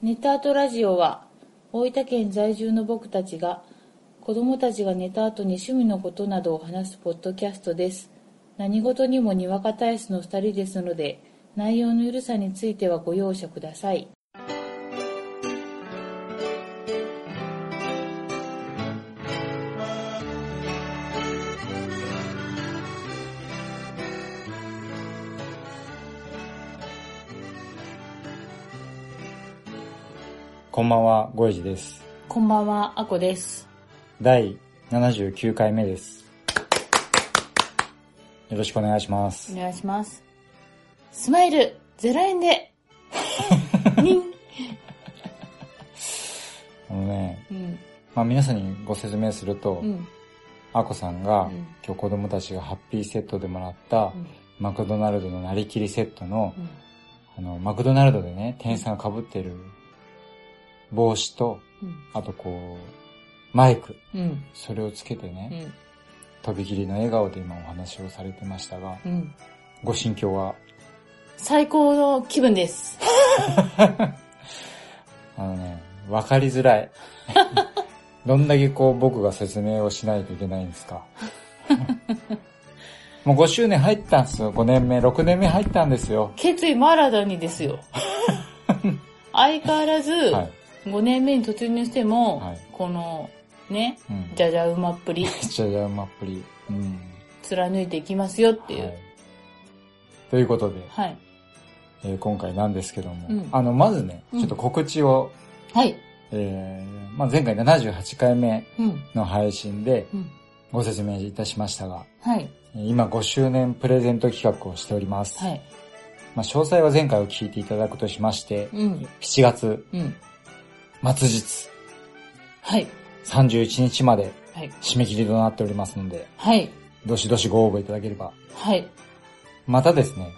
ネタアートラジオは大分県在住の僕たちが子供たちが寝た後に趣味のことなどを話すポッドキャストです。何事にもにわか体質の2人ですので、内容のゆるさについてはご容赦ください。 こんばんは、ごえじです。 こんばんは、あこです。 第79回目です。よろしくお願いします。 お願いします。スマイル0円でにん皆さんにご説明すると、あこさんが、今日子供たちがハッピーセットでもらった、マクドナルドのなりきりセットの、マクドナルドでね、店員さんが被ってる帽子と、あとマイク、それをつけてね、とびきりの笑顔で今お話をされてましたが、ご心境は？ 最高の気分です。 わかりづらい。どんだけ僕が説明をしないといけないんですか。もう5周年入ったんですよ。5年目、6年目入ったんですよ。 決意まらだにですよ。相変わらず、5年目に突入しても、このね、じゃじゃ馬っぷり。 じゃじゃ馬っぷり。 貫いていきますよっていう。 ということで、今回なんですけども、まずね、ちょっと告知を、前回78回目の配信でご説明いたしましたが、今5周年プレゼント企画をしております。詳細は前回を聞いていただくとしまして、7月、末日、31日まで締め切りとなっておりますので、どしどしご応募いただければ。またですね、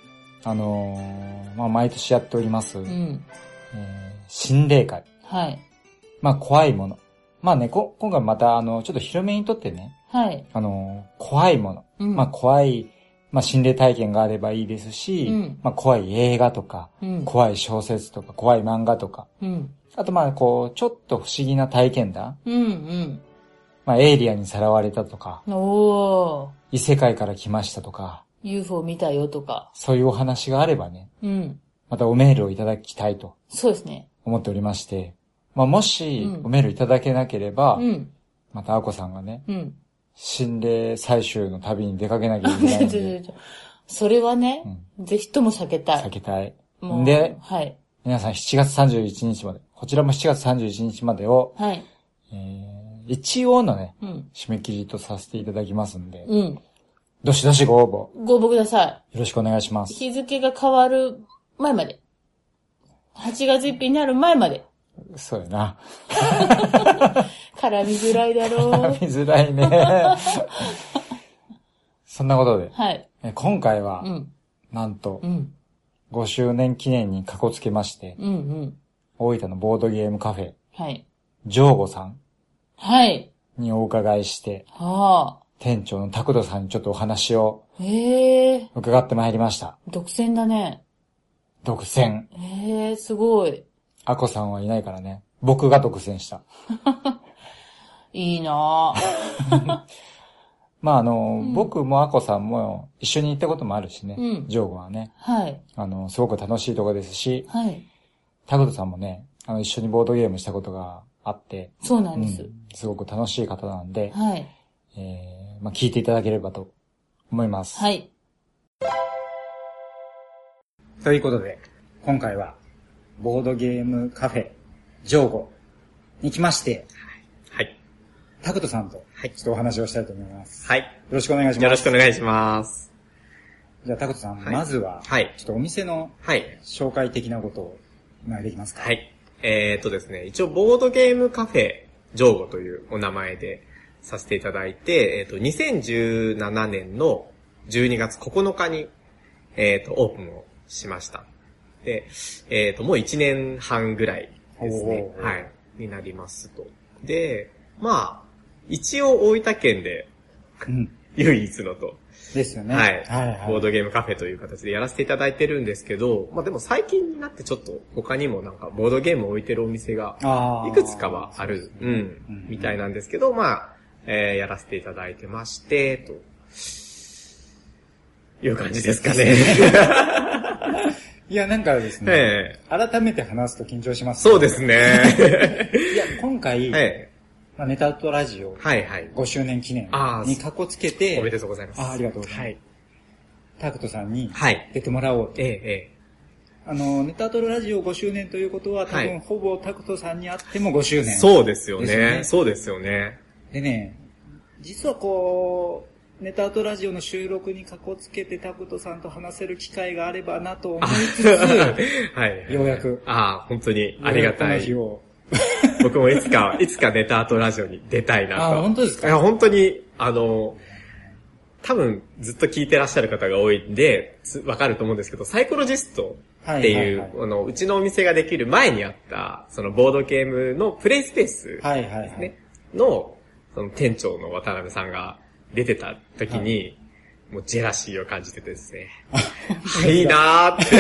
毎年やっております、心霊会。怖いもの。今回またちょっと広めにとってね、怖いもの。怖い、心霊体験があればいいですし、怖い映画とか、怖い小説とか、怖い漫画とか、あとちょっと不思議な体験談、エイリアンにさらわれたとか、異世界から来ましたとか、 UFO 見たよとか、 そういうお話があればね、またおメールをいただきたいと。 そうですね。 思っておりまして、もしおメールいただけなければ、またあこさんがね、心霊採集の旅に出かけなきゃいけないんで。 それはね、ぜひとも避けたい。 避けたい。で、皆さん7月31日まで、こちらも7月31日までを、一応のね、締め切りとさせていただきますんで、どしどしご応募。 ご応募ください。 よろしくお願いします。 日付が変わる前まで。8月1日になる前まで。 そうやな。 絡みづらいだろう。 絡みづらいね。そんなことで。今回は、なんと、5周年記念にかこつけまして、大分のボードゲームカフェ、ジョーゴさんにお伺いして、店長の拓人さんにちょっとお話を伺ってまいりました。 独占だね。 独占。 すごい。 あこさんはいないからね。僕が独占した。 いいなぁ。僕もあこさんも一緒に行ったこともあるしね。ジョーゴはね。すごく楽しいところですし、タクトさんもね、一緒にボードゲームしたことがあって。 そうなんです。 すごく楽しい方なんで、聞いていただければと思います。ということで、今回は、ボードゲームカフェ、ジョーゴに来まして、タクトさんと、ちょっとお話をしたいと思います。よろしくお願いします。 よろしくお願いします。 じゃあ、タクトさん、まずは、ちょっとお店の、紹介的なことを、お願いできますか？ ですね、一応、ボードゲームカフェ、ジョーゴというお名前でさせていただいて、2017年の12月9日に、オープンをしました。で、もう1年半ぐらいですね。になりますと。で、一応大分県で、唯一のとですよね。 はい。はいはい、ボードゲームカフェという形でやらせていただいてるんですけど、まあでも最近になってちょっと他にもなんかボードゲームを置いてるお店がいくつかはある、みたいなんですけど、まあ、やらせていただいてまして、という感じですかね。 いや、なんかですね、改めて話すと緊張します、 ね。そうですね。 いや、今回、まあ、ネタアウトラジオ5周年記念にかこつけて、 おめでとうございます。 ありがとうございます。はい、タクトさんに出てもらおうと。ネタアウトラジオ5周年ということは、多分ほぼタクトさんに会っても5周年、 そうですよね。そうですよね。 でね、実はこう、ネタアウトラジオの収録にかこつけてタクトさんと話せる機会があればなと思いつつ、ようやく。 本当にありがたい。この日を僕もいつかネタアウトラジオに出たいなと。 本当ですか？ いや、本当に、多分ずっと聞いてらっしゃる方が多いんで、わかると思うんですけど、サイコロジストっていう、うちのお店ができる前にあった、そのボードゲームのプレイスペースですね。の、その店長の渡辺さんが出てた時に、もうジェラシーを感じててですね。いいなーって。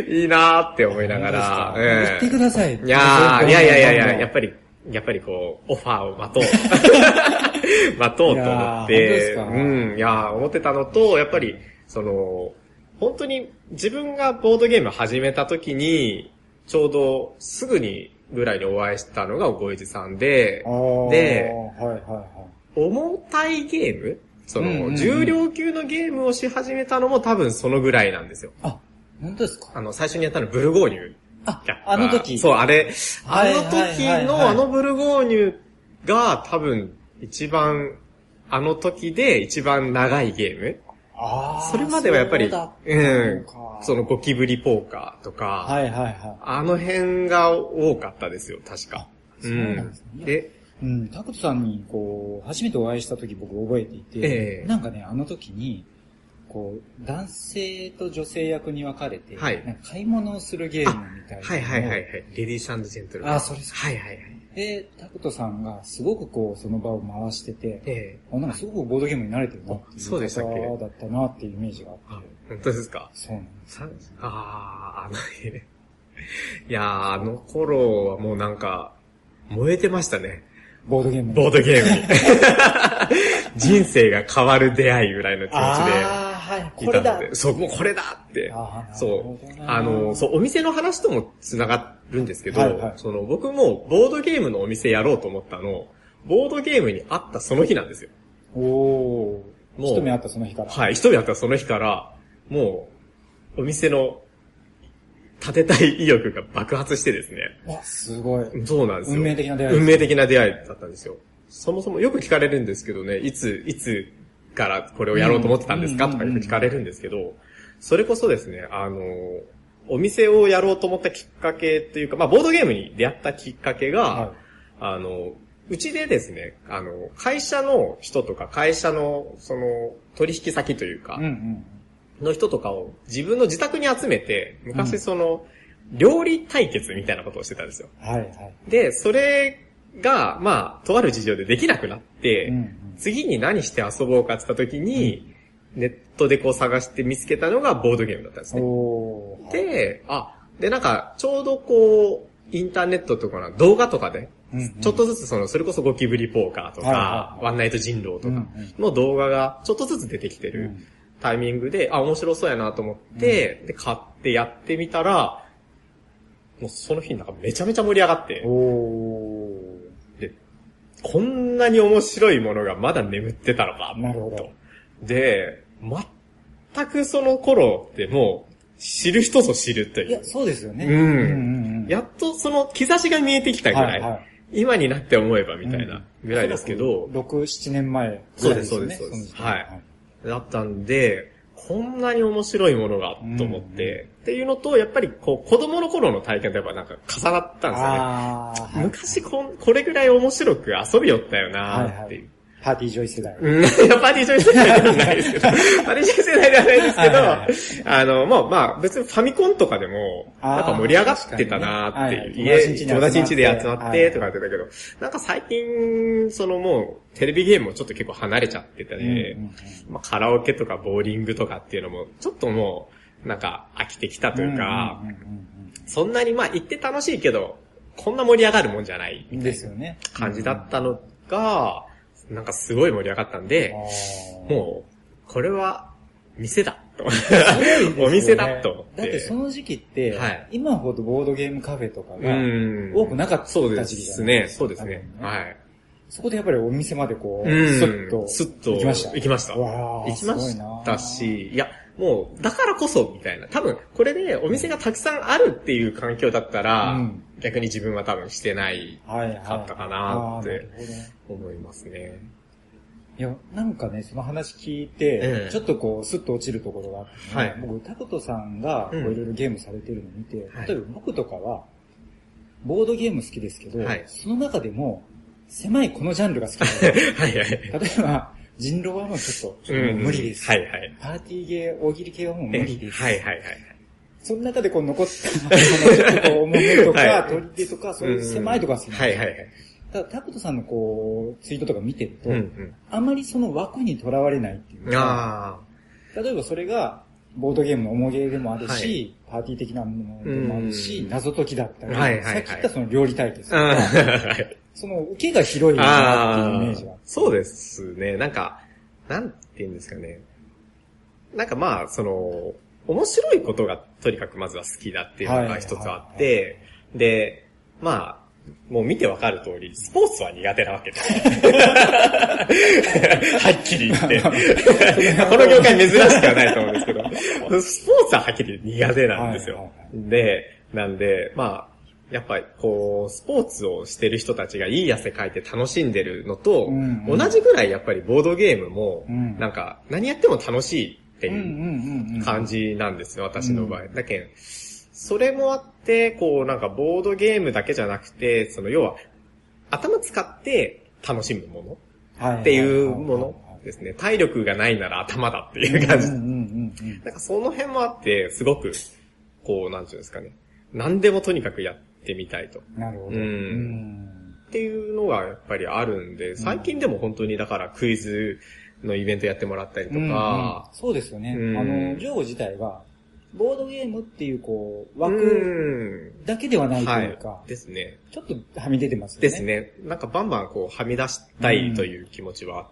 いいなーって思いながら。 言ってください。 いや、やっぱりこう、オファーを待とうと思って、思ってたのと、やっぱり、本当に自分がボードゲーム始めた時に、ちょうどすぐにぐらいにお会いしたのがごえじさんで、重たいゲーム重量級のゲームをし始めたのも多分そのぐらいなんですよ。 あ、本当ですか？ 最初にやったのブルゴーニュ。 あの時。 そう、あの時のあのブルゴーニュが多分一番、あの時で一番長いゲーム。それまではやっぱり、そのゴキブリポーカーとか、あの辺が多かったですよ、確か。 そうなんですね。タクトさんにこう、初めてお会いした時僕覚えていて、なんかね、あの時に、こう、男性と女性役に分かれて、なんか買い物をするゲームみたいな。 レディース&ジェントルマン。 そうです。で、タクトさんがすごくこう、その場を回してて、なんかすごくボードゲームに慣れてるなっていう方だったなっていうイメージがあって。 本当ですか？ そうなんです。 いやー、あの頃はもうなんか、燃えてましたね。 ボードゲームに。人生が変わる出会いぐらいの気持ちで。これだ。そう、もうこれだって。そう、お店の話とも繋がるんですけど、僕もボードゲームのお店やろうと思ったの、ボードゲームに会ったその日なんですよ。 もう一目会ったその日から。 一目会ったその日から、もう、お店の、建てたい意欲が爆発してですね。 すごい。 そうなんですよ。 運命的な出会い。 運命的な出会いだったんですよ。そもそもよく聞かれるんですけどね、いつからこれをやろうと思ってたんですかとかよく聞かれるんですけど、それこそですね、お店をやろうと思ったきっかけというか、ボードゲームに出会ったきっかけが、うちでですね、会社の人とか会社の、取引先というか、の人とかを自分の自宅に集めて、昔料理対決みたいなことをしてたんですよ。で、それが、とある事情でできなくなって、次に何して遊ぼうかって言った時に、ネットでこう探して見つけたのがボードゲームだったんですね。で、なんか、ちょうどこう、インターネットとかの動画とかで、ちょっとずつそれこそゴキブリポーカーとか、ワンナイト人狼とかの動画がちょっとずつ出てきてるタイミングで、面白そうやなと思って、で、買ってやってみたら、もうその日なんかめちゃめちゃ盛り上がって、で、こんなに面白いものがまだ眠ってたのか、と。で、全くその頃ってもう、知る人ぞ知るという。 いや、そうですよね。 やっとその兆しが見えてきたぐらい。今になって思えばみたいなぐらいですけど。 6、7年前ぐらいですね。 そうです。だったんで、こんなに面白いものがと思って、っていうのと、やっぱりこう、子供の頃の体験とやっぱなんか重なったんですよね。昔これぐらい面白く遊びよったよなっていう。 パーティージョイ世代。 いや、パーティージョイ世代ではないですけど、パーティージョイ世代ではないですけど、まあ、別にファミコンとかでも、なんか盛り上がってたなーっていう、友達ん家で集まってとか言ってたけど、なんか最近、もう、テレビゲームもちょっと結構離れちゃってたね、まあ、カラオケとかボーリングとかっていうのも、ちょっともう、なんか飽きてきたというか、そんなにまあ行って楽しいけど、こんな盛り上がるもんじゃないみたいな感じだったのが、なんかすごい盛り上がったんで、もう、これは店だと。お店だと思って。 だってその時期って、今ほどボードゲームカフェとかが多くなかった時期じゃないですか。 そうですね。はい。 そこでやっぱりお店までこう、スッと行きました。 行きました。行きましたし、いや、もう、だからこそ、みたいな。多分、これでお店がたくさんあるっていう環境だったら、逆に自分は多分してないかったかなって思いますね。 いや、なんかね、その話聞いて、ちょっとこう、スッと落ちるところがあって、僕、タクトさんがいろいろゲームされてるのを見て、例えば僕とかは、ボードゲーム好きですけど、その中でも、狭いこのジャンルが好きで、例えば、人狼はもうちょっと、無理です。パーティーゲー、大喜利系はもう無理です。その中でこう残った、ちょっとこう、重めとか、取り手とか、そういう狭いところが好きなんですよ。ただ、タクトさんのこう、ツイートとか見てると、あまりその枠にとらわれないっていうか、例えばそれが、ボードゲームの重ゲーでもあるし、パーティー的なものでもあるし、謎解きだったり、さっき言ったその料理対決とか、その受けが広いなっていうイメージは。 そうですね。なんか、なんて言うんですかね。なんかまあ、面白いことがとにかくまずは好きだっていうのが一つあって、で、まあ、もう見てわかる通り、スポーツは苦手なわけです。はっきり言って。この業界珍しくはないと思うんですけど、スポーツははっきり苦手なんですよ。なんで、まあ、やっぱりこう、スポーツをしてる人たちがいい汗かいて楽しんでるのと、同じぐらいやっぱりボードゲームも、なんか何やっても楽しいっていう感じなんですよ、私の場合。だけど、それもあって、こうなんかボードゲームだけじゃなくて、要は頭使って楽しむものっていうものですね。体力がないなら頭だっていう感じ。なんかその辺もあって、すごく、こうなんていうんですかね。何でもとにかくやってみたいと。 なるほど。 っていうのがやっぱりあるんで、最近でも本当にだからクイズのイベントやってもらったりとか。 そうですよね。ジョー自体が、ボードゲームっていうこう、枠だけではないというか。 ですね。 ちょっとはみ出てますよね。 ですね。なんかバンバンこう、はみ出したいという気持ちはあって。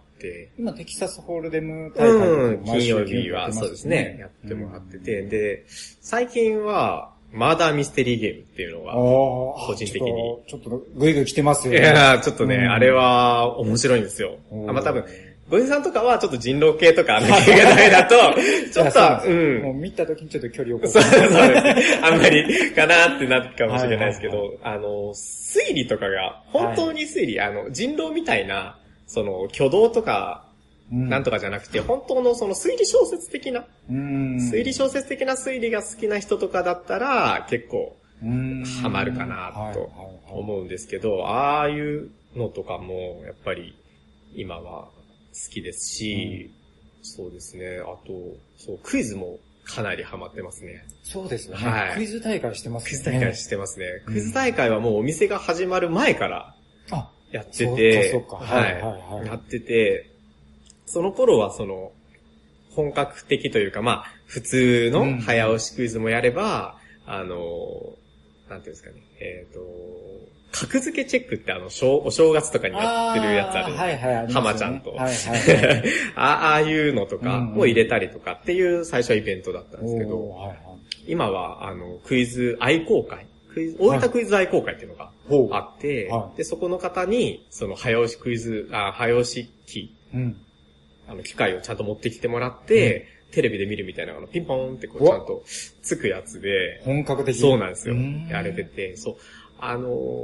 今、テキサスホールデム大会金曜日はそうですね。やってもらってて。で、最近は、マーダーミステリーゲームっていうのが、個人的に。 ちょっとグイグイ来てますよね。 いやちょっとね、あれは面白いんですよ。まあ多分、ゴイさんとかはちょっと人狼系とか系がダメだと、ちょっと、 もう見た時にちょっと距離をそうですね。あんまりかなってなるかもしれないですけど、推理とかが、本当に推理、人狼みたいな、挙動とか、なんとかじゃなくて、本当の推理小説的な、推理小説的な推理が好きな人とかだったら、結構、ハマるかなと思うんですけど、ああいうのとかも、やっぱり、今は好きですし、そうですね、あと、クイズもかなりハマってますね。 そうですよね。クイズ大会してますね。 クイズ大会してますね。クイズ大会はもうお店が始まる前からやってて、やってて、その頃は本格的というか、まあ、普通の早押しクイズもやれば、なんていうんですかね、格付けチェックってお正月とかにやってるやつある。浜ちゃんと。ああいうのとかを入れたりとかっていう最初はイベントだったんですけど、今は、クイズ愛好会。大分クイズ愛好会っていうのがあって、で、そこの方に、早押しクイズ、早押し機、機械をちゃんと持ってきてもらって、テレビで見るみたいなピンポーンってこうちゃんとつくやつで。 本格的。 そうなんですよ。やれてて、そう。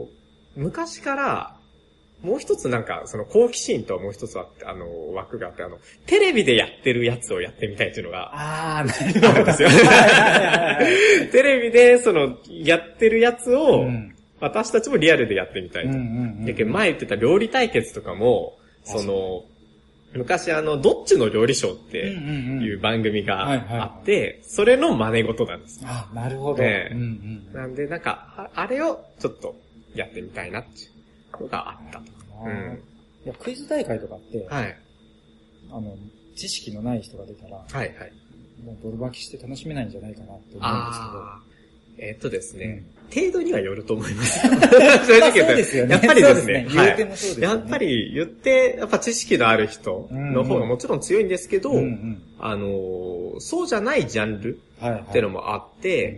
昔から、もう一つなんか、好奇心ともう一つあって、枠があって、テレビでやってるやつをやってみたいっていうのが、 なるほどですよ。テレビで、やってるやつを、私たちもリアルでやってみたいと。だけど前言ってた料理対決とかも、 昔どっちの料理ショーっていう番組があって、それの真似事なんです。 あ、なるほど。 なんでなんか、あれをちょっとやってみたいなっていうのがあったと。 いや、クイズ大会とかって、 はい。 知識のない人が出たら、 はいはい。 もうボルバキして楽しめないんじゃないかなって思うんですけど。ですね、程度にはよると思います。正直言うと。そうですよね。やっぱりですね。 言うてもそうですね。 やっぱり言って、やっぱ知識のある人の方がもちろん強いんですけど、そうじゃないジャンルっていうのもあって、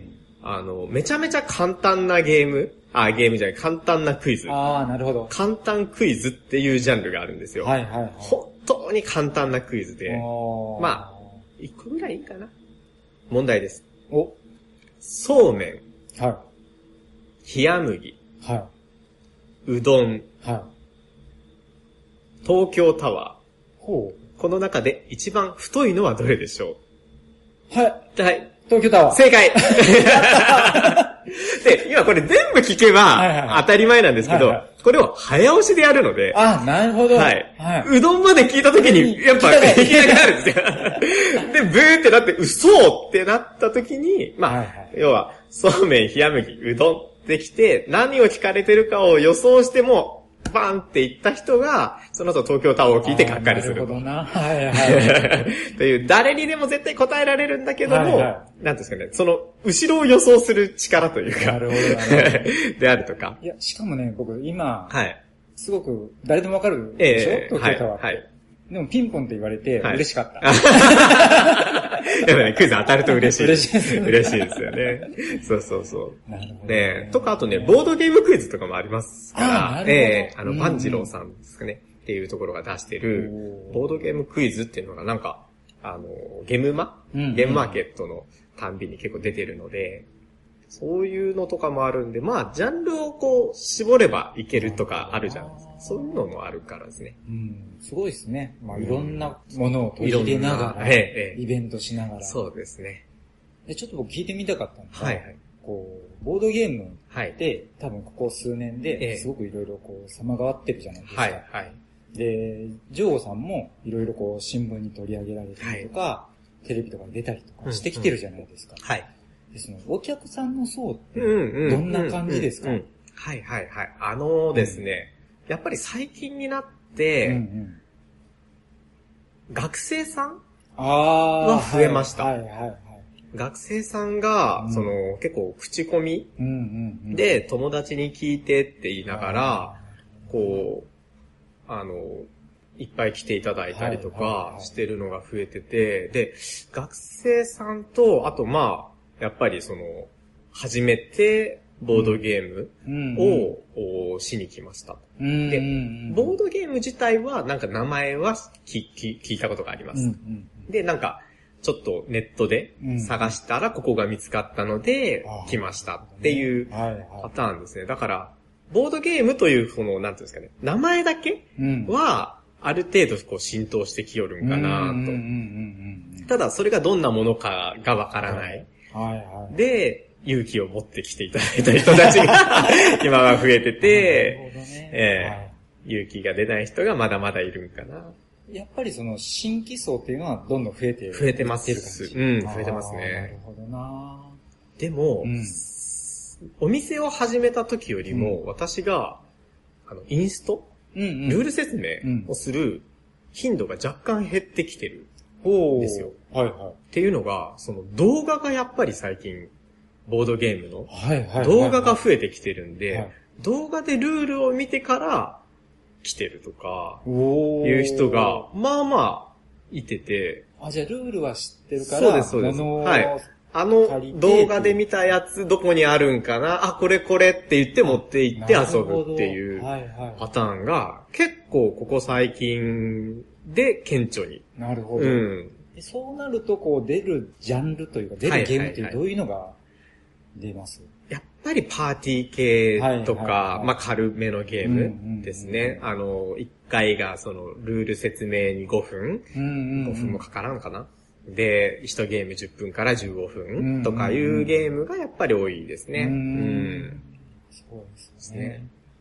めちゃめちゃ簡単なゲームじゃない、簡単なクイズ。 なるほど。 簡単クイズっていうジャンルがあるんですよ。本当に簡単なクイズで、まあ、1個ぐらいいいかな。問題です。そうめん。冷麦。うどん。東京タワー。この中で一番太いのはどれでしょう？はい。東京タワー。 正解で、今これ全部聞けば当たり前なんですけど、これを早押しでやるので。 なるほど。 うどんまで聞いた時に、やっぱ聞きたくなるんですよ。で、ブーってなって、嘘ってなった時に、まあ、要は、そうめん、冷麦、うどんってきて、何を聞かれてるかを予想しても、バーンって言った人が、その後東京タワーを聞いてがっかりする。 なるほどな。 という、誰にでも絶対答えられるんだけども、なんですかね、その、後ろを予想する力というか、 なるほど。 であるとか。 いや、しかもね、僕今、すごく誰でもわかるでしょ、東京タワーって。でもピンポンって言われて嬉しかった。 やっぱね、クイズ当たると嬉しい。 嬉しいですね。 嬉しいですよね。そうそうそう。 なるほど。 ね、とかあとね、ボードゲームクイズとかもありますから、万次郎さんですかね、っていうところが出してる、ボードゲームクイズっていうのがなんか、ゲームマーケットのたんびに結構出てるので、そういうのとかもあるんで、まあ、ジャンルをこう、絞ればいけるとかあるじゃないですか。そういうのもあるからですね。 すごいですね。まあ、いろんなものを取り入れながら、イベントしながら。 そうですね。 で、ちょっと僕聞いてみたかったんですが、こう、ボードゲームって、多分ここ数年ですごくいろいろこう、様変わってるじゃないですか。で、ジョーさんもいろいろこう、新聞に取り上げられたりとか、テレビとかに出たりとかしてきてるじゃないですか。ですね、お客さんの層ってどんな感じですか？ ですね、やっぱり最近になって、学生さんは増えました。学生さんが、結構口コミで友達に聞いてって言いながら、こう、いっぱい来ていただいたりとかしてるのが増えてて、で、学生さんと、あとまあ、やっぱり初めてボードゲームをしに来ました。で、ボードゲーム自体はなんか名前は聞いたことがあります。で、なんかちょっとネットで探したらここが見つかったので来ましたっていうパターンですね。だから、ボードゲームというなんていうんですかね、名前だけはある程度こう浸透してきよるんかなと。ただそれがどんなものかがわからない。で、勇気を持ってきていただいた人たちが今は増えてて、勇気が出ない人がまだまだいるんかな。 やっぱり新規層っていうのはどんどん増えてます。増えてますね。 なるほどな。 でも、お店を始めた時よりも、私が、インスト、ルール説明をする頻度が若干減ってきてるんですよ。っていうのが、動画がやっぱり最近、ボードゲームの動画が増えてきてるんで、動画でルールを見てから来てるとか、いう人が、まあまあ、いてて。 じゃあルールは知ってるから、 そうです。動画で見たやつどこにあるんかな、これって言って持って行って遊ぶっていうパターンが結構ここ最近で顕著に。 なるほど。そうなると出るジャンルというか出るゲームってどういうのが出ます？ やっぱりパーティー系とか、まあ軽めのゲームですね。1回がルール説明に5分 ?5 分もかからんかな。で、1ゲーム10分から15分とかいうゲームがやっぱり多いですね。 そうですね。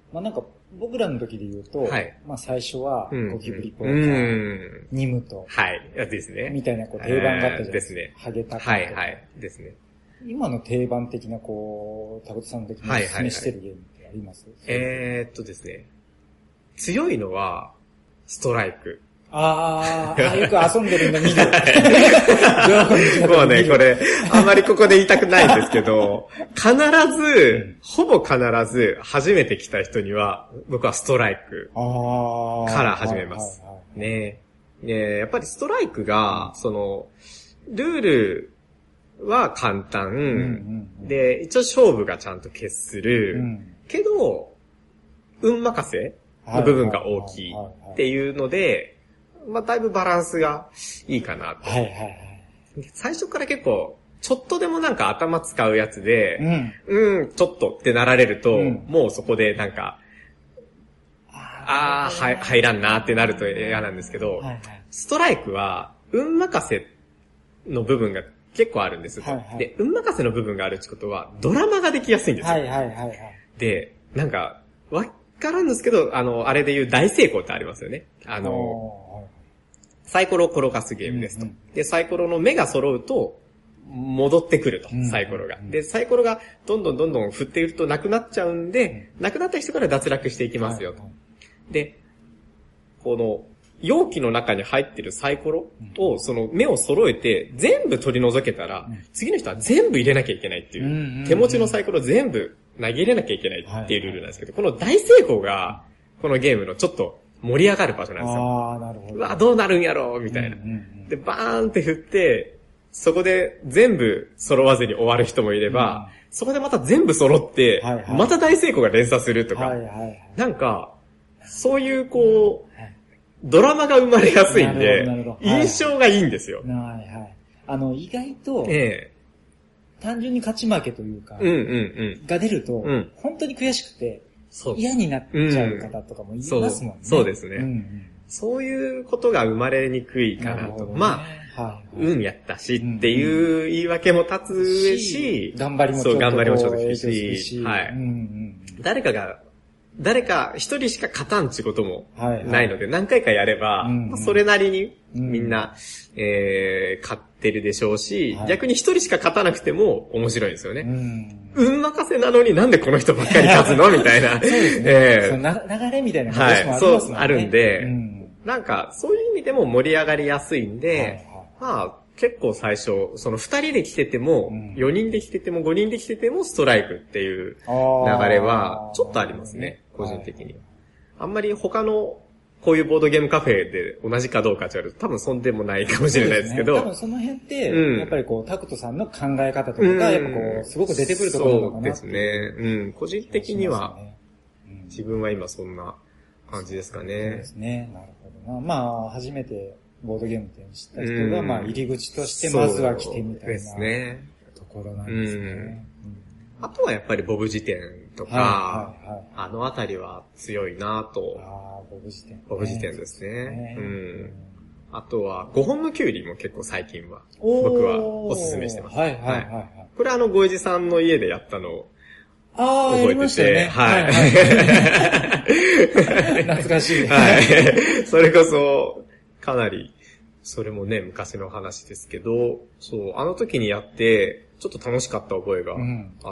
まあなんか、僕らの時で言うと、はい、まあ最初は、ゴキブリポーカー、ニムと、 はい、ですね。 みたいなこう定番があったじゃないですか。 ですね。 ハゲタカとか。 はいはい、ですね。 今の定番的なこう、タコトさん的にお勧めしてるゲームってあります？ ですね。強いのは、ストライク。 よく遊んでるんだ、見る。 もうね、これ、あんまりここで言いたくないんですけど、必ず、ほぼ必ず、初めて来た人には、僕はストライクから始めます。ねやっぱりストライクが、ルールは簡単、で、一応勝負がちゃんと決する、けど、運任せの部分が大きいっていうので、まあ、だいぶバランスがいいかなと。最初から結構、ちょっとでもなんか頭使うやつで、ちょっとってなられると、もうそこでなんか、入らんなってなると嫌なんですけど、ストライクは、運任せの部分が結構あるんです。で、運任せの部分があるってことは、ドラマができやすいんですよ。で、なんか、わからんですけど、あれで言う大成功ってありますよね。サイコロを転がすゲームですと。で、サイコロの目が揃うと、戻ってくると、サイコロが。で、サイコロがどんどん振っているとなくなっちゃうんで、なくなった人から脱落していきますよと。で、この、容器の中に入ってるサイコロを、その目を揃えて、全部取り除けたら、次の人は全部入れなきゃいけないっていう、手持ちのサイコロ全部投げ入れなきゃいけないっていうルールなんですけど、この大成功が、このゲームのちょっと盛り上がる場所なんですよ。 なるほど。 うわ、どうなるんやろうみたいな。で、バーンって振って、そこで全部揃わずに終わる人もいれば、そこでまた全部揃って、また大成功が連鎖するとか、なんか、そういうこう、ドラマが生まれやすいんで、印象がいいんですよ。 意外と、単純に勝ち負けというか、が出ると、本当に悔しくて、嫌になっちゃう方とかもいますもんね。 そうですね。そういうことが生まれにくいかなと。まあ、運やったしっていう言い訳も立つ上し、 頑張りもちょっといいし、 誰か一人しか勝たんちこともないので、何回かやれば、それなりにみんな、勝ってるでしょうし、逆に一人しか勝たなくても面白いですよね。運任せなのになんでこの人ばっかり勝つのみたいな。 そうですね。流れみたいな話もありますもんね。 そう、あるんで、なんかそういう意味でも盛り上がりやすいんで、まあ結構最初、その2人で来てても、4人で来てても5人で来ててもストライクっていう流れはちょっとありますね、個人的に。あんまり他のこういうボードゲームカフェで同じかどうかって言われると多分そんでもないかもしれないですけど。 多分その辺って、やっぱりこう、タクトさんの考え方とかが、やっぱこう、すごく出てくるところなのかな。 そうですね。個人的には、自分は今そんな感じですかね。 そうですね。なるほどな。まあ、初めてボードゲーム店を知った人が、まあ、入り口としてまずは来てみたいなところなんですね。 あとはやっぱりボブ辞典とか、あのあたりは強いなと。 ボブ辞典。 ボブ辞典ですね。あとは、5本のキュウリも結構最近は、僕はおすすめしてます。これごえじさんの家でやったのを覚えてて、 懐かしい。 それこそ、かなり、それもね、昔の話ですけど、そう、あの時にやって、ちょっと楽しかった覚えがあって。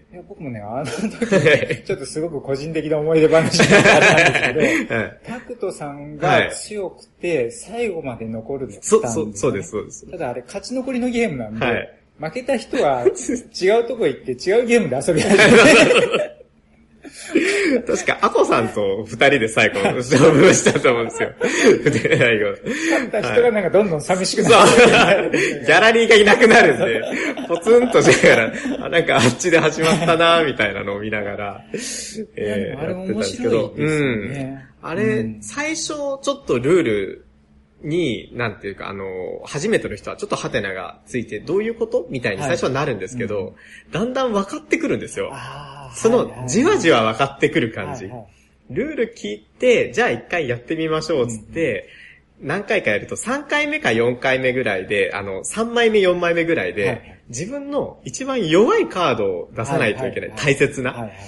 いや僕もね、あの時、ちょっとすごく個人的な思い出話があったんですけど、タクトさんが強くて、最後まで残るのそうです。 ただあれ、勝ち残りのゲームなんで、負けた人は違うとこ行って違うゲームで遊び始めて、 確か、アコさんと二人で最後、勝負したと思うんですよ。 勝った人がなんかどんどん寂しくなる。 ギャラリーがいなくなるんで、ポツンとしながら、なんかあっちで始まったなみたいなのを見ながら、やってたんですけど、あれ、最初ちょっとルールに、なんていうか、初めての人はちょっとハテナがついて、どういうことみたいに最初はなるんですけど、だんだん分かってくるんですよ。その、じわじわ分かってくる感じ。ルール聞いて、じゃあ一回やってみましょう、つって、何回かやると3回目か4回目ぐらいで、3枚目4枚目ぐらいで、自分の一番弱いカードを出さないといけない。大切な。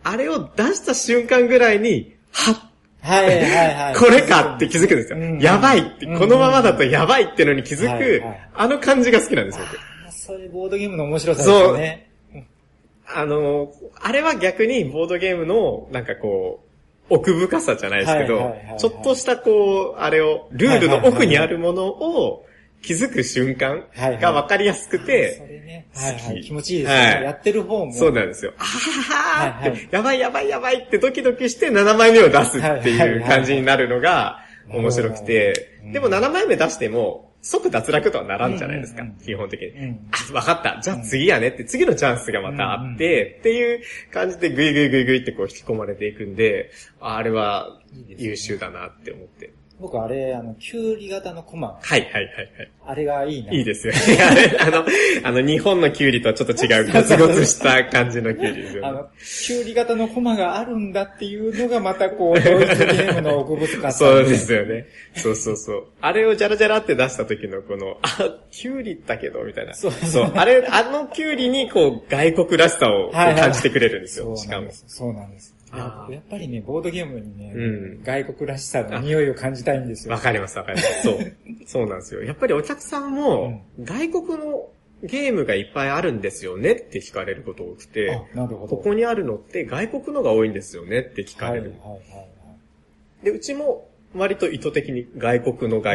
あれを出した瞬間ぐらいに、 はいはいはい。 これかって気づくんですよ。やばいって、このままだとやばいってのに気づく、あの感じが好きなんですよ。 そういうボードゲームの面白さですよね。 あれは逆にボードゲームの、なんかこう、奥深さじゃないですけど、ちょっとしたこう、あれを、ルールの奥にあるものを気づく瞬間が分かりやすくて、 それね、気持ちいいですね。やってる方も。 そうなんですよ。あははーって、やばいやばいやばいってドキドキして7枚目を出すっていう感じになるのが面白くて、でも7枚目出しても、即脱落とはならんじゃないですか、基本的に。わかった。じゃあ次やねって、次のチャンスがまたあって、っていう感じでグイグイグイグイってこう引き込まれていくんで、あれは優秀だなって思って。 僕あれ、キュウリ型のコマ。 はい。 あれがいいな。 いいですよね。日本のキュウリとはちょっと違うゴツゴツした感じのキュウリですよね。 キュウリ型のコマがあるんだっていうのがまたこう、ドイツゲームの奥深さ。 そうですよね。そう。あれをジャラジャラって出した時のこの、キュウリだけど、みたいな。そう。あのキュウリにこう、外国らしさを感じてくれるんですよ。しかも。 そうなんです。やっぱりね、ボードゲームにね、外国らしさの匂いを感じたいんですよ。 わかります。そうなんですよ。やっぱりお客さんも、外国のゲームがいっぱいあるんですよねって聞かれること多くて、 なるほど。 ここにあるのって外国のが多いんですよねって聞かれる。で、うちも割と意図的に外国のって、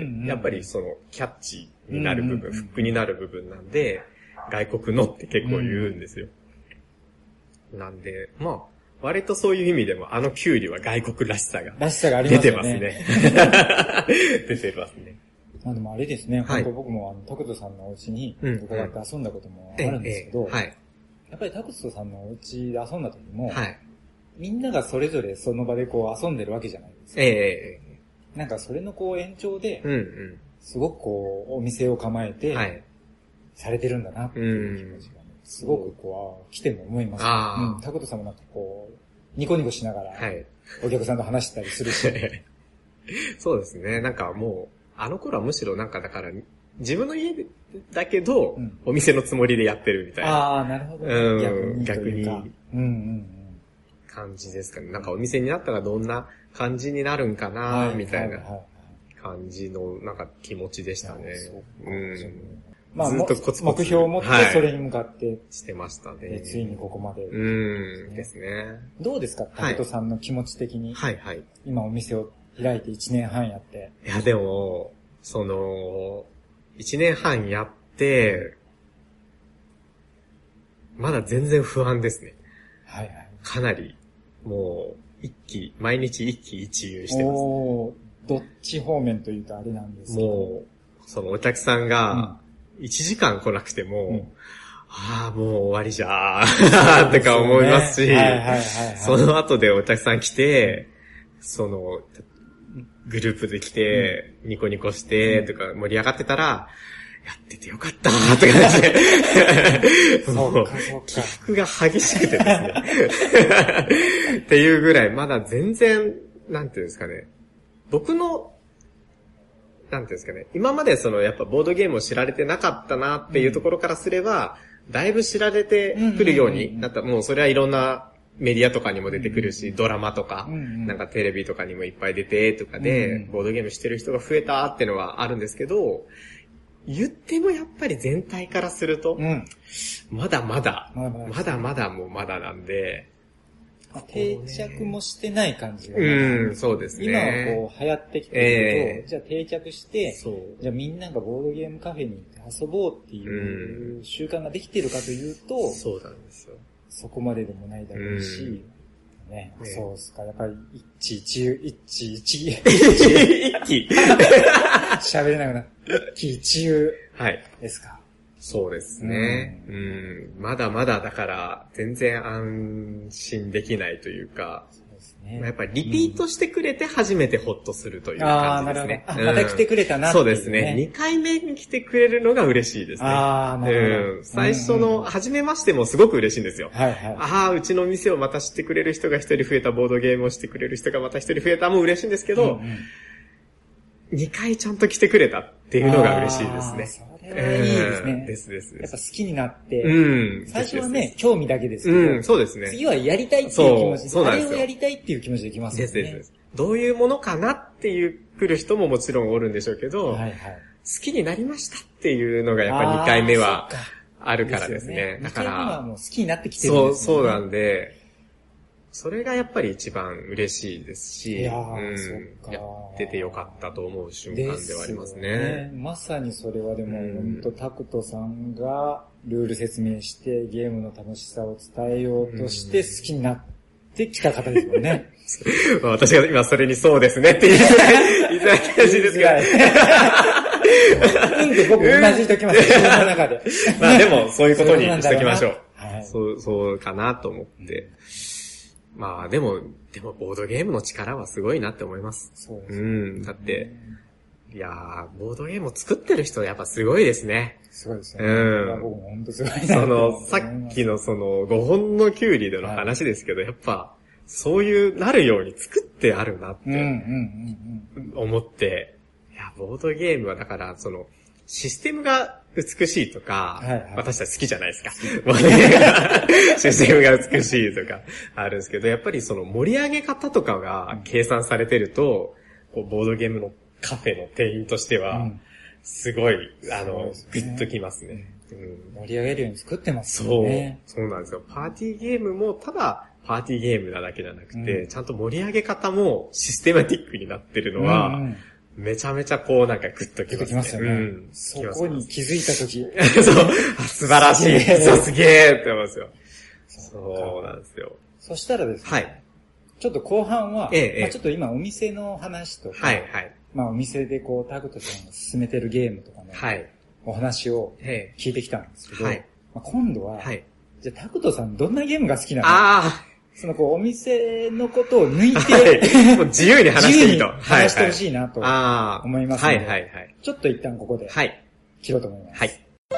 やっぱりそのキャッチになる部分、フックになる部分なんで、外国のって結構言うんですよ。なんで、まあ、割とそういう意味でも、キュウリは外国らしさが。 ありますよね。 出てますね。 まあでもあれですね、本当僕もタクトさんのお家に伺って遊んだこともあるんですけど、やっぱりタクトさんのお家で遊んだ時も、みんながそれぞれその場でこう遊んでるわけじゃないですか。なんかそれのこう延長で、すごくこうお店を構えて、されてるんだなっていう気持ちが。すごくこう、来ても思います。タクトさんもなんかこう、ニコニコしながら、お客さんと話したりするし。 そうですね。なんかもう、あの頃はむしろなんかだから、自分の家だけど、お店のつもりでやってるみたいな。 なるほど。 逆に。感じですかね。なんかお店になったらどんな感じになるんかな、みたいな感じのなんか気持ちでしたね。 まあ、ずっとコツコツ目標を持ってそれに向かって、 してましたね。 ついにここまで。 ですね。 どうですか、タクトさんの気持ち的に。今お店を開いて1年半やって。 いや、でも、1年半やって、まだ全然不安ですね。かなり、もう、毎日一喜一憂してます。 どっち方面というとあれなんですけど。 もう、お客さんが、1時間来なくても、もう終わりじゃーとか思いますし、その後でお客さん来て、グループで来て、ニコニコして、とか盛り上がってたら、やっててよかったーって感じで、もう、起伏が激しくてですね。っていうぐらい、まだ全然、なんていうんですかね、僕の、なんていうんですかね、今までやっぱボードゲームを知られてなかったなっていうところからすれば、だいぶ知られてくるようになった。もうそれはいろんなメディアとかにも出てくるし、ドラマとか、なんかテレビとかにもいっぱい出てとかで、ボードゲームしてる人が増えたっていうのはあるんですけど、言ってもやっぱり全体からすると、まだまだもうまだなんで、 定着もしてない感じが。 そうですね。 今はこう流行ってきてるけど、じゃあ定着して、じゃあみんながボードゲームカフェに行って遊ぼうっていう習慣ができてるかというと、 そうなんですよ。 そこまででもないだろうし、そうっすか。やっぱり一気喋れなくな一喜一憂ですか。 そうですね。まだまだだから全然安心できないというか、やっぱりリピートしてくれて初めてホッとするという感じですね。 また来てくれたなっていう、ね。 そうですね。2回目に来てくれるのが嬉しいですね。 なるほど。 最初の初めましてもすごく嬉しいんですよ。うちの店をまた知ってくれる人が一人増えた、ボードゲームをしてくれる人がまた一人増えたも嬉しいんですけど、2回ちゃんと来てくれたっていうのが嬉しいですね。 それはいいですね。 です。 やっぱ好きになって、最初はね、興味だけですけど、 そうですね。 次はやりたいっていう気持ちで、あれをやりたいっていう気持ちできますね。 です。どういうものかなっていう来る人ももちろんおるんでしょうけど、好きになりましたっていうのがやっぱ2回目はあるからですね。だから、2回目はもう好きになってきてるんですね。 そうなんで、それがやっぱり一番嬉しいですし、やっててよかったと思う瞬間ではありますね。 まさにそれはでも、本当タクトさんがルール説明してゲームの楽しさを伝えようとして好きになってきた方ですもんね。 私が今それにそうですねって言いづらい感じですけど。 って僕同じときます、自分の中で。 まあでもそういうことにしときましょう。そうかなと思って。まあでもボードゲームの力はすごいなって思います。 そうですね。 だって、いやー、ボードゲームを作ってる人はやっぱすごいですね。 すごいですね。僕も本当すごいな。 さっきの5本のキュウリでの話ですけど、やっぱ、そういうなるように作ってあるなって思って、いや、ボードゲームはだからシステムが美しいとか、私たち好きじゃないですか。システムが美しいとかあるんですけど、やっぱり盛り上げ方とかが計算されてると、ボードゲームのカフェの店員としては、すごい、グッときますね。 盛り上げるように作ってますよね。 そうなんですよ。パーティーゲームもただパーティーゲームなだけじゃなくて、ちゃんと盛り上げ方もシステマティックになってるのは、めちゃめちゃグッときますね。 きますよね。そこに気づいたとき。 そう、素晴らしい。すげーって思いますよ。そうなんですよ。 そしたらですね。ちょっと後半は、ちょっと今お店の話とか、お店でタクトさんが進めてるゲームとかね、お話を聞いてきたんですけど、今度は、じゃあタクトさんどんなゲームが好きなの？お店のことを抜いて、 もう自由に話していいと。 話してほしいなと思いますので、ちょっと一旦ここで、切ろうと思います。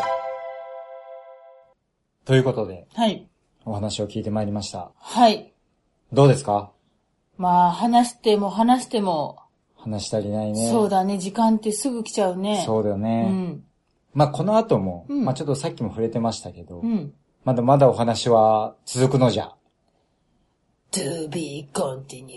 ということで、お話を聞いてまいりました。どうですか？ まあ、話しても、話し足りないね。 そうだね、時間ってすぐ来ちゃうね。 そうだよね。まあ、この後も、まあちょっとさっきも触れてましたけど、まだまだお話は続くのじゃ。 to be continued.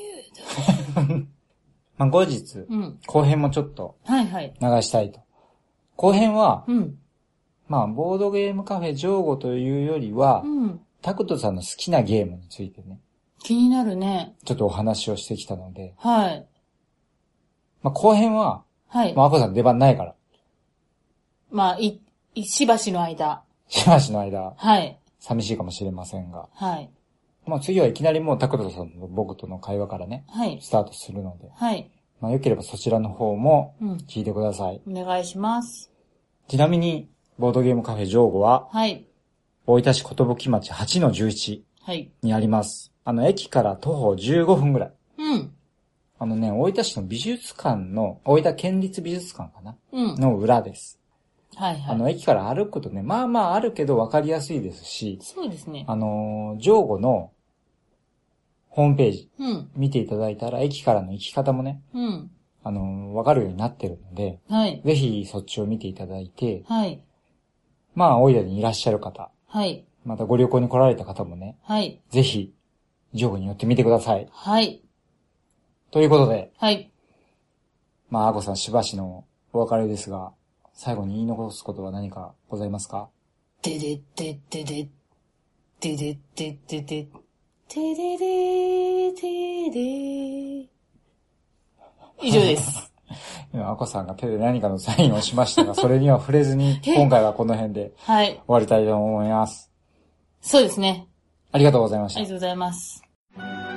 まあ後日、後編もちょっと流したいと。後編は、まあボードゲームカフェジョーゴというよりは、タクトさんの好きなゲームについてね。 気になるね。 ちょっとお話をしてきたので。 はい。 まあ後編は、まあアコさん出番ないから。 まあ、しばしの間。 寂しいかもしれませんが。 はい。 まあ次はいきなりもうタクトさんと僕との会話からね、スタートするので。まあ良ければそちらの方も聞いてください。 お願いします。 ちなみに、ボードゲームカフェジョーゴは、大分市寿町 8-11 にあります。駅から徒歩15分ぐらい。大分市の美術館の、大分県立美術館かな、の裏です。駅から歩くとね、まあまああるけど分かりやすいですし、 そうですね。 ジョーゴのホームページ、見ていただいたら、駅からの行き方もね、分かるようになってるので、ぜひそっちを見ていただいて、まあ、大分にいらっしゃる方、またご旅行に来られた方もね、ぜひ、ジョーゴに寄ってみてください。ということで、まあ、アコさんしばしのお別れですが、最後に言い残すことは何かございますか？ てでててで、てでててで、てででてで。以上です。 今、アコさんが手で何かのサインをしましたが、それには触れずに、今回はこの辺で終わりたいと思います。 そうですね。 ありがとうございました。 ありがとうございます。